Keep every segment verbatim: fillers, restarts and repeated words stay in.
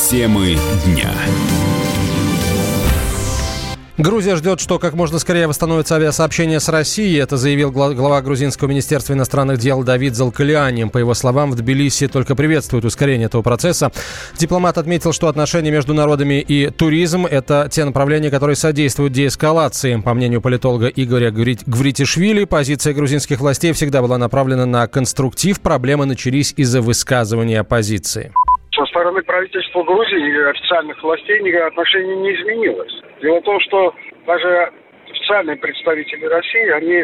Темы дня. Грузия ждет, что как можно скорее восстановится авиасообщение с Россией. Это заявил глава грузинского министерства иностранных дел Давид Залкалиани. По его словам, в Тбилиси только приветствуют ускорение этого процесса. Дипломат отметил, что отношения между народами и туризм – это те направления, которые содействуют деэскалации. По мнению политолога Игоря Гвритишвили, позиция грузинских властей всегда была направлена на конструктив. Проблемы начались из-за высказывания оппозиции. Со стороны правительства Грузии и официальных властей отношение не изменилось. Дело в том, что даже официальные представители России, они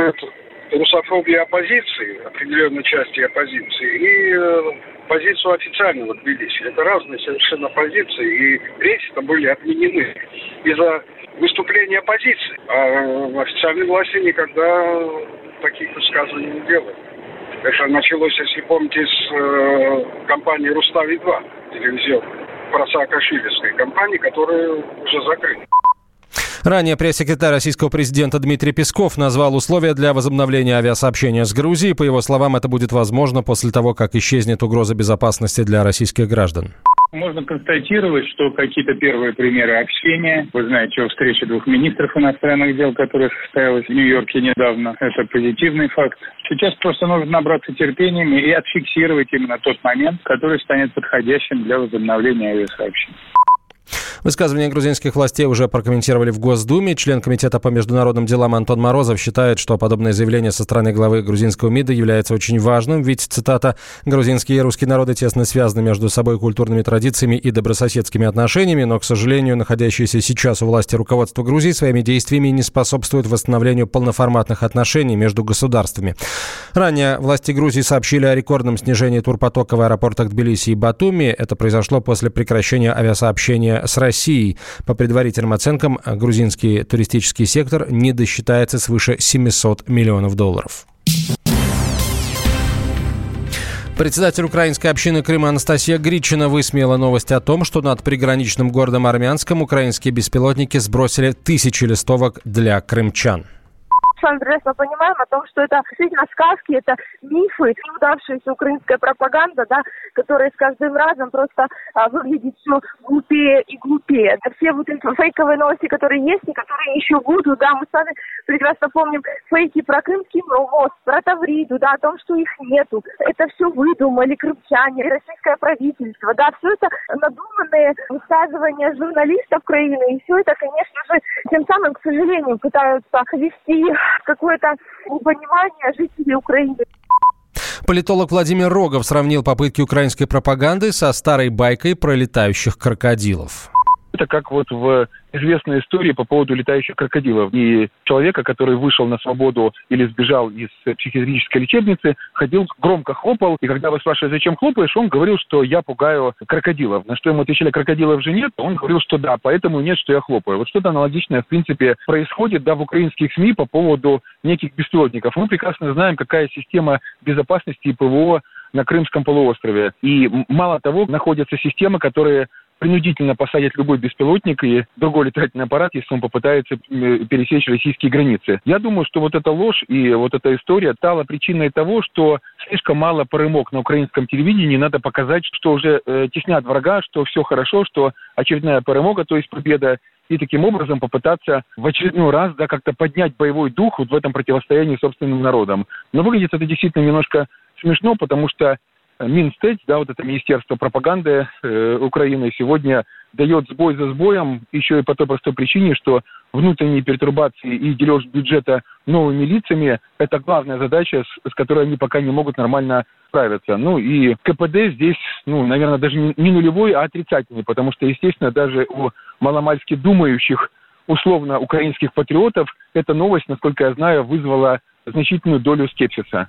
русофобию оппозиции, определенной части оппозиции, и э, позицию официального Тбилиси. Это разные совершенно позиции, и рейсы-то были отменены из-за выступления оппозиции. А официальные власти никогда таких высказываний не делали. Это началось, если помните, с э, компании «Рустави-два», телевизионной, про-саакашвилевской компании, которая уже закрыта. Ранее пресс-секретарь российского президента Дмитрий Песков назвал условия для возобновления авиасообщения с Грузией. По его словам, это будет возможно после того, как исчезнет угроза безопасности для российских граждан. Можно констатировать, что какие-то первые примеры общения. Вы знаете о встрече двух министров иностранных дел, которая состоялась в Нью-Йорке недавно. Это позитивный факт. Сейчас просто нужно набраться терпением и отфиксировать именно тот момент, который станет подходящим для возобновления авиасообщения. Высказывания грузинских властей уже прокомментировали в Госдуме. Член комитета по международным делам Антон Морозов считает, что подобное заявление со стороны главы грузинского МИДа является очень важным, ведь, цитата, «грузинские и русские народы тесно связаны между собой культурными традициями и добрососедскими отношениями, но, к сожалению, находящееся сейчас у власти руководство Грузии своими действиями не способствует восстановлению полноформатных отношений между государствами». Ранее власти Грузии сообщили о рекордном снижении турпотока в аэропортах Тбилиси и Батуми. Это произошло после прекращения авиасообщения с Россией. По предварительным оценкам, грузинский туристический сектор не досчитается свыше семьсот миллионов долларов. Председатель украинской общины Крыма Анастасия Гридчина высмеяла новость о том, что над приграничным городом Армянском украинские беспилотники сбросили тысячи листовок для крымчан. С вами прекрасно понимаем о том, что это действительно сказки, это мифы, неудавшаяся украинская пропаганда, да, которая с каждым разом просто а, выглядит все глупее и глупее. Это все вот эти фейковые новости, которые есть и которые еще будут, да, мы с вами прекрасно помним фейки про Крымский мост, про Тавриду, да, о том, что их нету. Это все выдумали крымчане, российское правительство, да, все это надуманные высказывания журналистов Украины, и все это, конечно же, тем самым, к сожалению, пытаются ввести какое-то непонимание жителей Украины. Политолог Владимир Рогов сравнил попытки украинской пропаганды со старой байкой про летающих крокодилов. Это как вот в известной истории по поводу летающих крокодилов. И человека, который вышел на свободу или сбежал из психиатрической лечебницы, ходил, громко хлопал. И когда вы спрашиваете, зачем хлопаешь, он говорил, что я пугаю крокодилов. На что ему отвечали, крокодилов же нет. Он говорил, что да, поэтому нет, что я хлопаю. Вот что-то аналогичное, в принципе, происходит, да, в украинских СМИ по поводу неких беспилотников. Мы прекрасно знаем, какая система безопасности и ПВО на Крымском полуострове. И мало того, находятся системы, которые принудительно посадят любой беспилотник и другой летательный аппарат, если он попытается пересечь российские границы. Я думаю, что вот эта ложь и вот эта история стала причиной того, что слишком мало перемог на украинском телевидении. Надо показать, что уже э, теснят врага, что все хорошо, что очередная перемога, то есть победа, и таким образом попытаться в очередной раз, да, как-то поднять боевой дух вот в этом противостоянии с собственным народом. Но выглядит это действительно немножко смешно, потому что Минстэц, да, вот это Министерство пропаганды э, Украины, сегодня дает сбой за сбоем, еще и по той простой причине, что внутренние пертурбации и дележ бюджета новыми лицами – это главная задача, с, с которой они пока не могут нормально справиться. Ну и КПД здесь, ну, наверное, даже не, не нулевой, а отрицательный, потому что, естественно, даже у маломальски думающих, условно, украинских патриотов эта новость, насколько я знаю, вызвала значительную долю скепсиса.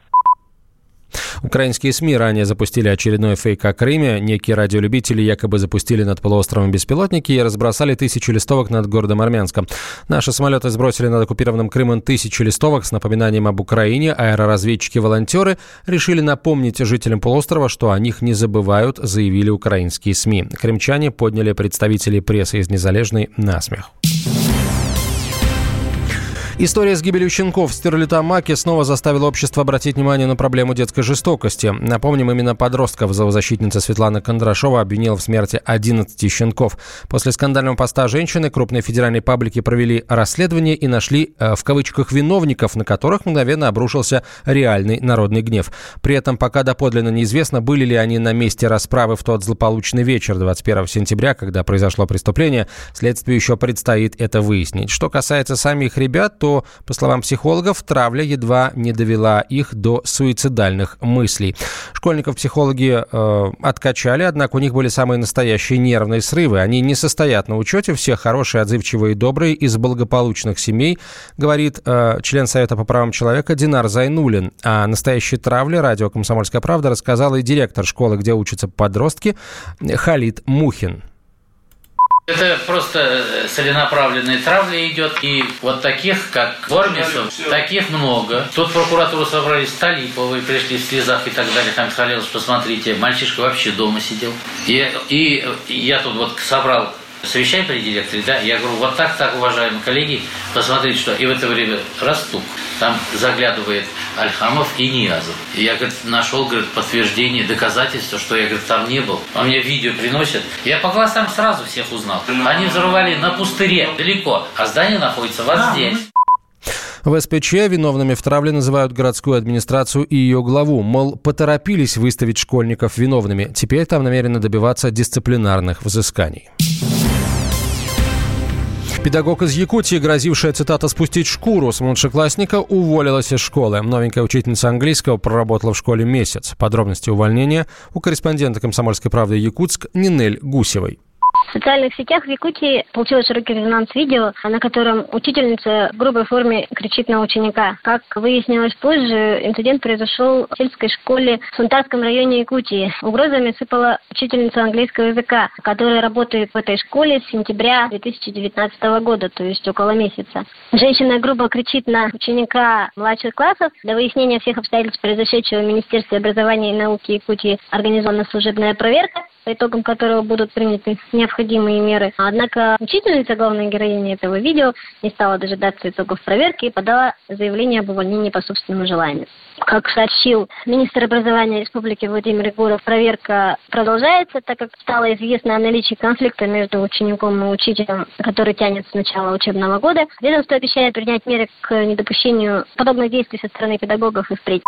Украинские СМИ ранее запустили очередной фейк о Крыме. Некие радиолюбители якобы запустили над полуостровом беспилотники и разбросали тысячи листовок над городом Армянском. Наши самолеты сбросили над оккупированным Крымом тысячи листовок с напоминанием об Украине. Аэроразведчики-волонтеры решили напомнить жителям полуострова, что о них не забывают, заявили украинские СМИ. Крымчане подняли представителей прессы из Незалежной на смех. История с гибелью щенков в Стерлитамаке снова заставила общество обратить внимание на проблему детской жестокости. Напомним, именно подростков зоозащитница Светлана Кондрашова обвинила в смерти одиннадцати щенков. После скандального поста женщины крупные федеральные паблики провели расследование и нашли, э, в кавычках, виновников, на которых мгновенно обрушился реальный народный гнев. При этом пока доподлинно неизвестно, были ли они на месте расправы в тот злополучный вечер двадцать первого сентября, когда произошло преступление. Следствию еще предстоит это выяснить. Что касается самих ребят, то по словам психологов, травля едва не довела их до суицидальных мыслей. Школьников психологи э, откачали, однако у них были самые настоящие нервные срывы. Они не состоят на учете, все хорошие, отзывчивые и добрые, из благополучных семей, говорит э, член Совета по правам человека Динар Зайнуллин. О настоящей травле радио «Комсомольская правда» рассказал и директор школы, где учатся подростки, Халид Мухин. Это просто целенаправленная травля идет. И вот таких, как Вормисов, таких много. Тут в прокуратуру собрались Талиповы, пришли в слезах и так далее. Там сказали, что посмотрите, мальчишка вообще дома сидел. И, и я тут вот собрал совещание при директоре, да, я говорю, вот так, так, уважаемые коллеги, посмотрите, что. И в это время растук. Там заглядывает Альхамов и Ниязов. И я, говорит, нашел, говорит, подтверждение, доказательство, что я, говорит, там не был. Он мне видео приносит. Я по глазам сразу всех узнал. Они взорвали на пустыре, далеко, а здание находится вот здесь. В СПЧ виновными в травле называют городскую администрацию и ее главу. Мол, поторопились выставить школьников виновными. Теперь там намерены добиваться дисциплинарных взысканий. Педагог из Якутии, грозившая, цитата, «спустить шкуру» с младшеклассника, уволилась из школы. Новенькая учительница английского проработала в школе месяц. Подробности увольнения у корреспондента «Комсомольской правды» Якутск Нинель Гусевой. В социальных сетях в Якутии получилось широкий резонанс видео, на котором учительница в грубой форме кричит на ученика. Как выяснилось позже, инцидент произошел в сельской школе в Сунтарском районе Якутии. Угрозами сыпала учительница английского языка, которая работает в этой школе с сентября две тысячи девятнадцатого года, то есть около месяца. Женщина грубо кричит на ученика младших классов. Для выяснения всех обстоятельств произошедшего в Министерстве образования и науки Якутии организована служебная проверка, по итогам которого будут приняты необходимые меры. Однако учительница, главная героиня этого видео, не стала дожидаться итогов проверки и подала заявление об увольнении по собственному желанию. Как сообщил министр образования Республики Владимир Егоров, проверка продолжается, так как стало известно о наличии конфликта между учеником и учителем, который тянется с начала учебного года. Ведомство обещает принять меры к недопущению подобных действий со стороны педагогов и впредь.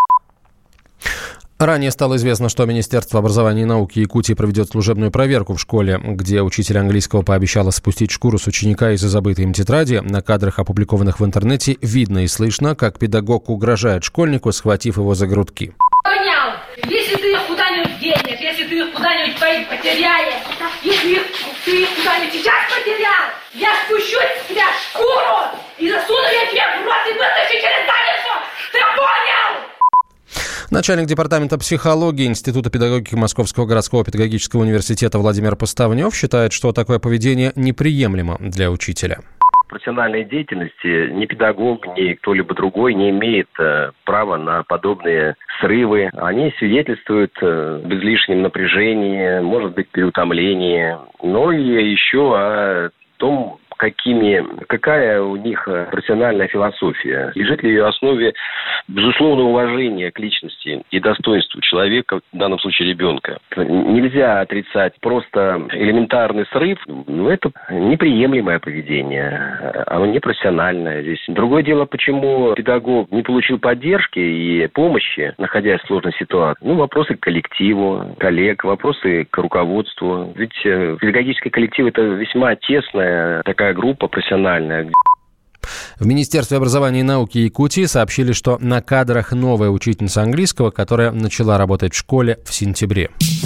Ранее стало известно, что Министерство образования и науки Якутии проведет служебную проверку в школе, где учитель английского пообещала спустить шкуру с ученика из-за забытой им тетради. На кадрах, опубликованных в интернете, видно и слышно, как педагог угрожает школьнику, схватив его за грудки. Понял? Если ты их куда-нибудь денешь, если ты их куда-нибудь потеряешь, если ты их куда-нибудь сейчас потерял, я спущу с тебя шкуру и засуну я тебе в рот и вытащу через задницу. Ты понял? Начальник департамента психологии Института педагогики Московского городского педагогического университета Владимир Поставнев считает, что такое поведение неприемлемо для учителя. В профессиональной деятельности ни педагог, ни кто-либо другой не имеет э, права на подобные срывы. Они свидетельствуют э, об излишнем напряжении, может быть, переутомлении, но и еще о том, какими, какая у них профессиональная философия. Лежит ли в ее основе безусловное уважение к личности и достоинству человека, в данном случае ребенка. Нельзя отрицать просто элементарный срыв, но это неприемлемое поведение, оно непрофессиональное здесь. Другое дело, почему педагог не получил поддержки и помощи, находясь в сложной ситуации. Ну, вопросы к коллективу, коллег, вопросы к руководству. Ведь педагогический коллектив – это весьма тесная такая группа профессиональная. В Министерстве образования и науки Якутии сообщили, что на кадрах новая учительница английского, которая начала работать в школе в сентябре.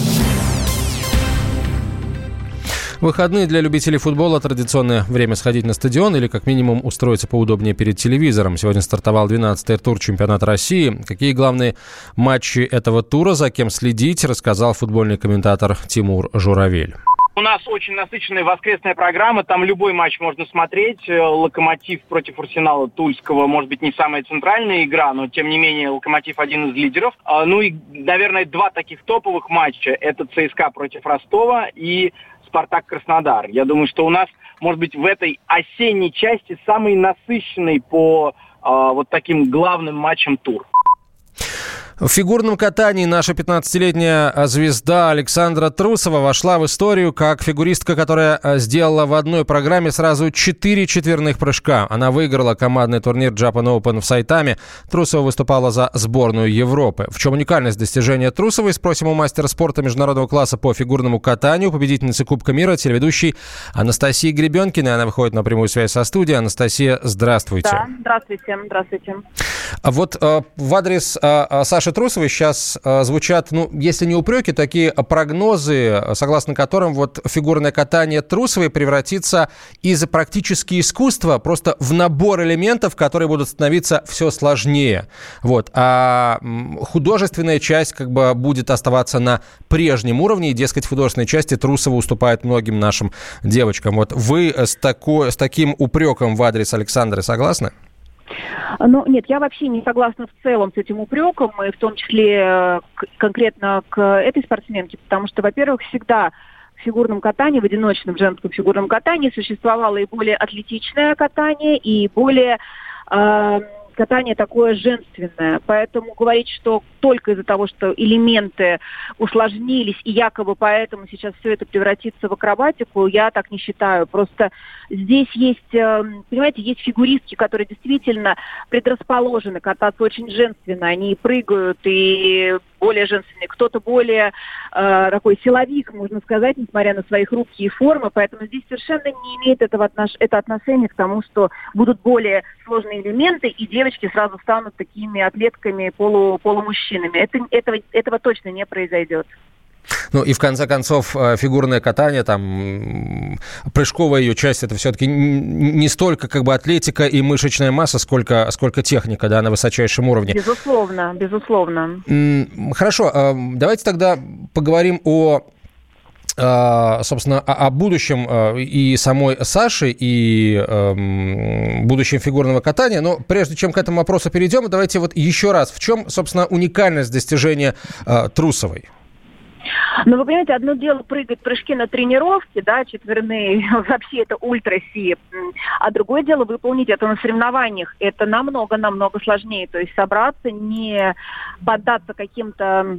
Выходные для любителей футбола – традиционное время сходить на стадион или как минимум устроиться поудобнее перед телевизором. Сегодня стартовал двенадцатый тур чемпионата России. Какие главные матчи этого тура, за кем следить, рассказал футбольный комментатор Тимур Журавель. У нас очень насыщенная воскресная программа, там любой матч можно смотреть. Локомотив против Арсенала Тульского, может быть, не самая центральная игра, но, тем не менее, Локомотив один из лидеров. Ну и, наверное, два таких топовых матча. Это ЦСКА против Ростова и Спартак Краснодар. Я думаю, что у нас может быть, в этой осенней части самый насыщенный по э, вот таким главным матчам тур. В фигурном катании наша пятнадцатилетняя звезда Александра Трусова вошла в историю как фигуристка, которая сделала в одной программе сразу четыре четверных прыжка. Она выиграла командный турнир Japan Open в Сайтаме. Трусова выступала за сборную Европы. В чем уникальность достижения Трусовой? Спросим у мастера спорта международного класса по фигурному катанию, победительницы Кубка мира, телеведущей Анастасии Гребенкиной. Она выходит на прямую связь со студией. Анастасия, здравствуйте. Да, здравствуйте, здравствуйте. А вот э, в адрес э, Саши Трусовой сейчас э, звучат, ну, если не упреки, такие прогнозы, согласно которым вот фигурное катание Трусовой превратится из практически искусства просто в набор элементов, которые будут становиться все сложнее. Вот. А художественная часть как бы будет оставаться на прежнем уровне, и, дескать, в художественной части Трусова уступает многим нашим девочкам. Вот вы с, такой, с таким упреком в адрес Александры согласны? Ну, нет, я вообще не согласна в целом с этим упреком, и в том числе к, конкретно к этой спортсменке, потому что, во-первых, всегда в фигурном катании, в одиночном женском фигурном катании существовало и более атлетичное катание, и более э, катание такое женственное. Поэтому говорить, что только из-за того, что элементы усложнились, и якобы поэтому сейчас все это превратится в акробатику, я так не считаю. Просто здесь есть, понимаете, есть фигуристки, которые действительно предрасположены кататься очень женственно. Они прыгают и более женственные. Кто-то более э, такой силовик, можно сказать, несмотря на свои хрупкие формы. Поэтому здесь совершенно не имеет этого отнош... это отношение к тому, что будут более сложные элементы, и девочки сразу станут такими атлетками полу... полумужчинами. Это, этого, этого точно не произойдет. Ну и в конце концов фигурное катание, там прыжковая ее часть, это все-таки не столько как бы атлетика и мышечная масса, сколько, сколько техника, да, на высочайшем уровне. Безусловно, безусловно. Хорошо, давайте тогда поговорим о, собственно, о будущем и самой Саши, и будущем фигурного катания. Но прежде чем к этому вопросу перейдем, давайте вот еще раз, в чем, собственно, уникальность достижения Трусовой? Ну, вы понимаете, одно дело прыгать прыжки на тренировке, да, четверные, вообще это ультра-си, а другое дело выполнить это на соревнованиях. Это намного-намного сложнее, то есть собраться, не поддаться каким-то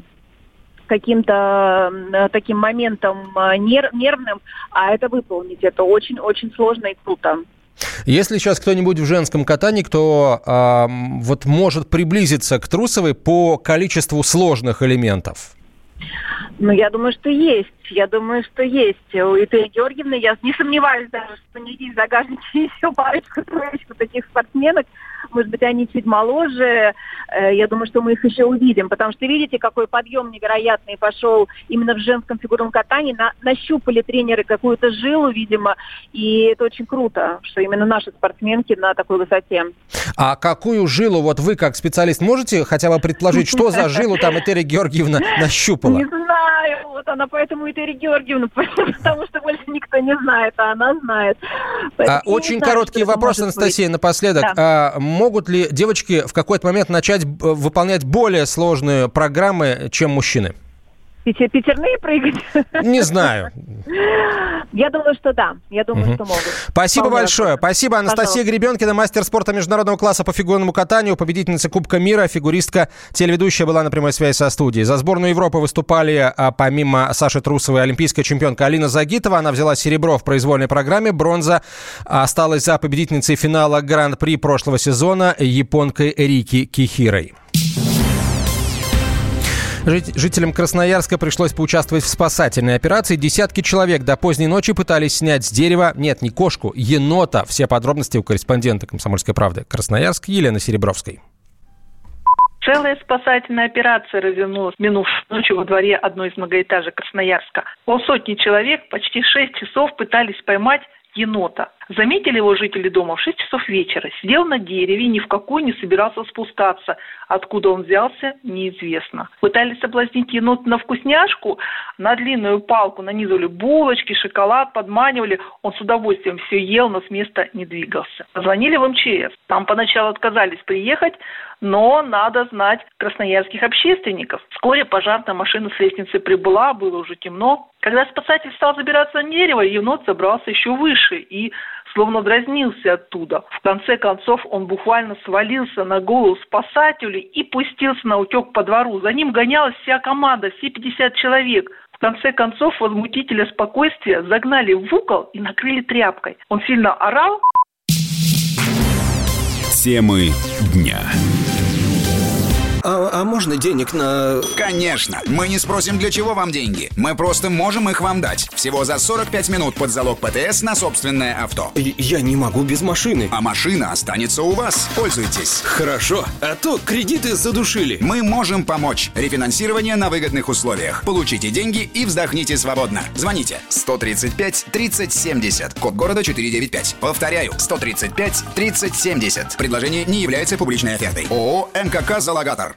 каким-то таким моментам нерв, нервным, а это выполнить. Это очень-очень сложно и круто. Если сейчас кто-нибудь в женском катании, кто э, вот может приблизиться к Трусовой по количеству сложных элементов? Ну, я думаю, что есть. Я думаю, что есть. У Этери Георгиевны, я не сомневаюсь даже, что не есть в загашнике еще парочку-троечку таких спортсменок. Может быть, они чуть моложе. Я думаю, что мы их еще увидим. Потому что видите, какой подъем невероятный пошел именно в женском фигурном катании. На, нащупали тренеры какую-то жилу, видимо. И это очень круто, что именно наши спортсменки на такой высоте. А какую жилу, вот вы как специалист, можете хотя бы предположить, что за жилу там Этери Георгиевна нащупала? Не знаю. Вот она поэтому Этери Георгиевна, потому что больше никто не знает, а она знает. А, очень знаю, короткий вопрос, Анастасия, быть. напоследок. Да. А, могут ли девочки в какой-то момент начать выполнять более сложные программы, чем мужчины? Пятерные прыгать? Не знаю. Я думаю, что да. Я думаю, угу. что могут. Спасибо Вполне большое. Разумно. Спасибо. Анастасия Пожалуйста. Гребенкина, мастер спорта международного класса по фигурному катанию, победительница Кубка мира, фигуристка, телеведущая была на прямой связи со студией. За сборную Европы выступали, помимо Саши Трусовой, олимпийская чемпионка Алина Загитова. Она взяла серебро в произвольной программе. Бронза осталась за победительницей финала Гран-при прошлого сезона, японкой Рики Кихирой. Жителям Красноярска пришлось поучаствовать в спасательной операции. Десятки человек до поздней ночи пытались снять с дерева, нет, не кошку, енота. Все подробности у корреспондента «Комсомольской правды» Красноярск Елены Серебровской. Целая спасательная операция развернулась минувшей ночью во дворе одной из многоэтажек Красноярска. Полсотни человек почти шесть часов пытались поймать енота. Заметили его жители дома в шесть часов вечера. Сидел на дереве и ни в какой не собирался спускаться. Откуда он взялся, неизвестно. Пытались соблазнить енота на вкусняшку, на длинную палку нанизывали булочки, шоколад, подманивали. Он с удовольствием все ел, но с места не двигался. Позвонили в эм че эс. Там поначалу отказались приехать, но надо знать красноярских общественников. Вскоре пожарная машина с лестницы прибыла, было уже темно. Когда спасатель стал забираться на дерево, енот забрался еще выше и словно дразнился оттуда. В конце концов он буквально свалился на голову спасателю и пустился на утек по двору. За ним гонялась вся команда, все пятьдесят человек. В конце концов возмутителя спокойствия загнали в угол и накрыли тряпкой. Он сильно орал. Темы дня. А, а можно денег на... Конечно. Мы не спросим, для чего вам деньги. Мы просто можем их вам дать. Всего за сорок пять минут под залог пэ тэ эс на собственное авто. Я не могу без машины. А машина останется у вас. Пользуйтесь. Хорошо. А то кредиты задушили. Мы можем помочь. Рефинансирование на выгодных условиях. Получите деньги и вздохните свободно. Звоните сто тридцать пять тридцать семьдесят. Код города четыреста девяносто пять. Повторяю. сто тридцать пять тридцать семьдесят. Предложение не является публичной офертой. ООО «эн ка ка Залогатор».